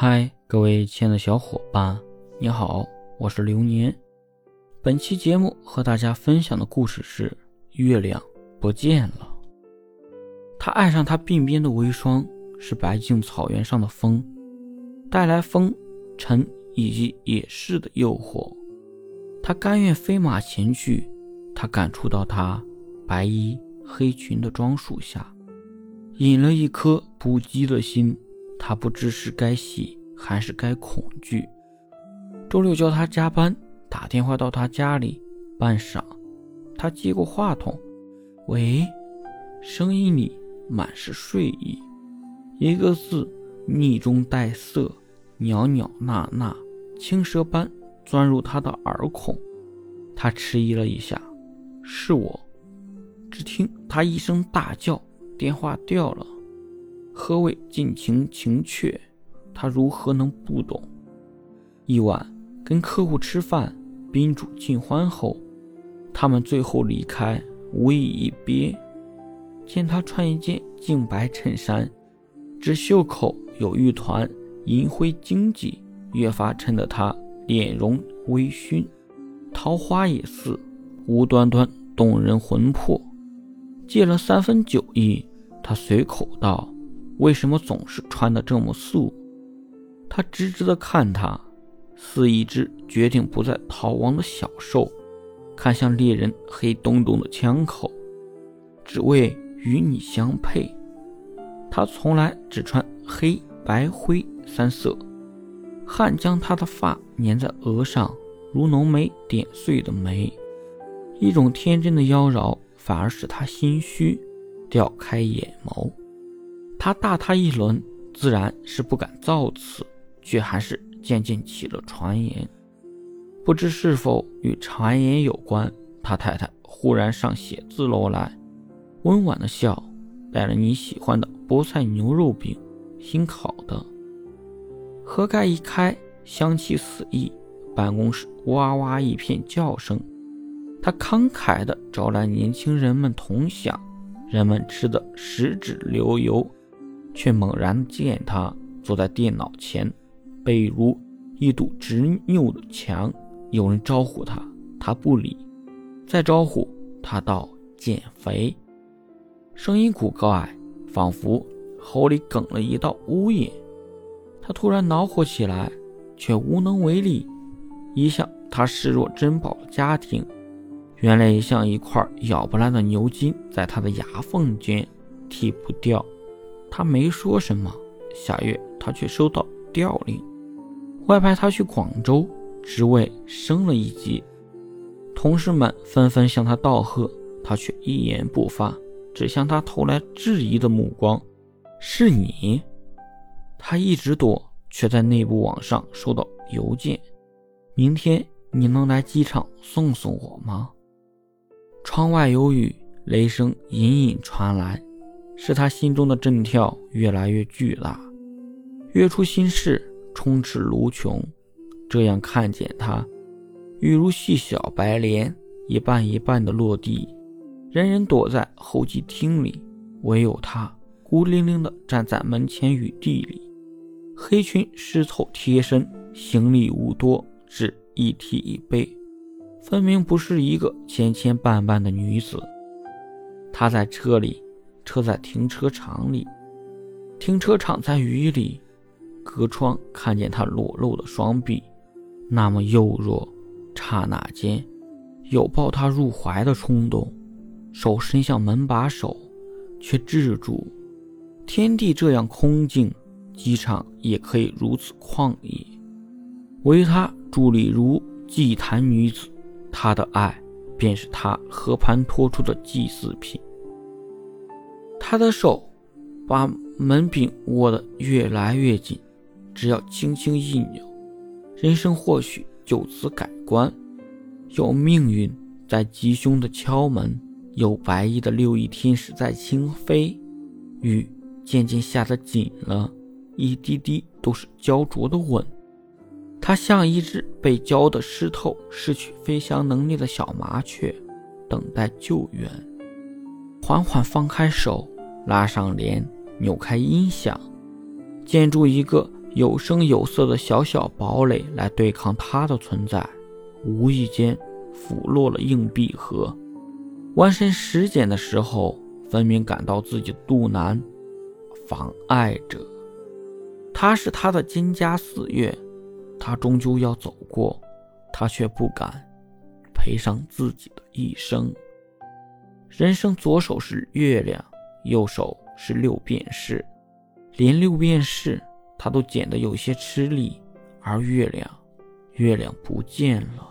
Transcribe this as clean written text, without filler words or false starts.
嗨，各位亲爱的小伙伴，你好，我是流年。本期节目和大家分享的故事是月亮不见了。他爱上他鬓边的微霜，是白净草原上的风，带来风尘以及野市的诱惑。他甘愿飞马前去，他感触到他白衣黑裙的装束下，引了一颗不羁的心。他不知是该喜还是该恐惧。周六叫他加班，打电话到他家里，半晌他接过话筒，喂，声音里满是睡意，一个字腻中带涩，袅袅娜娜，青蛇般钻入他的耳孔。他迟疑了一下，是我。只听他一声大叫，电话掉了。何谓尽情情却，他如何能不懂？一晚跟客户吃饭，宾主尽欢后，他们最后离开，无意一别。见他穿一件净白衬衫，只袖口有一团银灰荆棘，越发衬得他脸容微醺，桃花也似，无端端动人魂魄。借了3分酒意，他随口道，为什么总是穿得这么素？他直直地看他，似一只决定不再逃亡的小兽，看向猎人黑洞洞的枪口，只为与你相配。他从来只穿黑白灰3色，汗将他的发粘在额上，如浓眉点碎的眉，一种天真的妖娆反而使他心虚，掉开眼眸。他大他一轮，自然是不敢造次，却还是渐渐起了传言。不知是否与传言有关，他太太忽然上写字楼来，温婉的笑，带了你喜欢的菠菜牛肉饼，新烤的。盒盖一开，香气四溢，办公室哇哇一片叫声。他慷慨地招来年轻人们同享，人们吃得食指流油，却猛然见他坐在电脑前，背如一堵执拗的墙。有人招呼他，他不理；再招呼他道减肥，声音古怪，仿佛喉里哽了一道污眼。他突然恼火起来，却无能为力。一向他视若珍宝的家庭，原来也像一块咬不烂的牛筋，在他的牙缝间剃不掉。他没说什么，下月他却收到调令，外派他去广州，职位升了一级。同事们纷纷向他道贺，他却一言不发，只向他投来质疑的目光。是你？他一直躲，却在内部网上收到邮件，明天你能来机场送送我吗？窗外有雨，雷声隐隐传来，使他心中的震跳越来越巨大，跃出心事，充斥卢穷。这样看见他，雨如细小白莲，一瓣一瓣的落地。人人躲在候机厅里，唯有他孤零零地站在门前雨地里。黑裙湿透贴身，行李无多，只一提一背，分明不是一个千千绊绊的女子。她在车里，车在停车场里，停车场在雨里，隔窗看见她裸露的双臂，那么幼弱，刹那间有抱她入怀的冲动，手伸向门把手，却制住。天地这样空静，机场也可以如此旷野，唯她伫立如祭坛女子，她的爱便是她和盘托出的祭祀品。他的手把门柄握得越来越紧，只要轻轻一扭，人生或许就此改观。有命运在吉凶的敲门，有白衣的六翼天使在轻飞。雨渐渐下得紧了，一滴滴都是焦灼的吻。它像一只被浇得湿透、失去飞翔能力的小麻雀，等待救援。缓缓放开手，拉上帘，扭开音响，建筑一个有声有色的小小堡垒来对抗他的存在，无意间抚落了硬币盒。弯身拾捡的时候，分明感到自己的肚腩妨碍着。他是他的金家4月，他终究要走过，他却不敢赔上自己的一生。人生左手是月亮，右手是6便士，连6便士他都捡得有些吃力，而月亮不见了。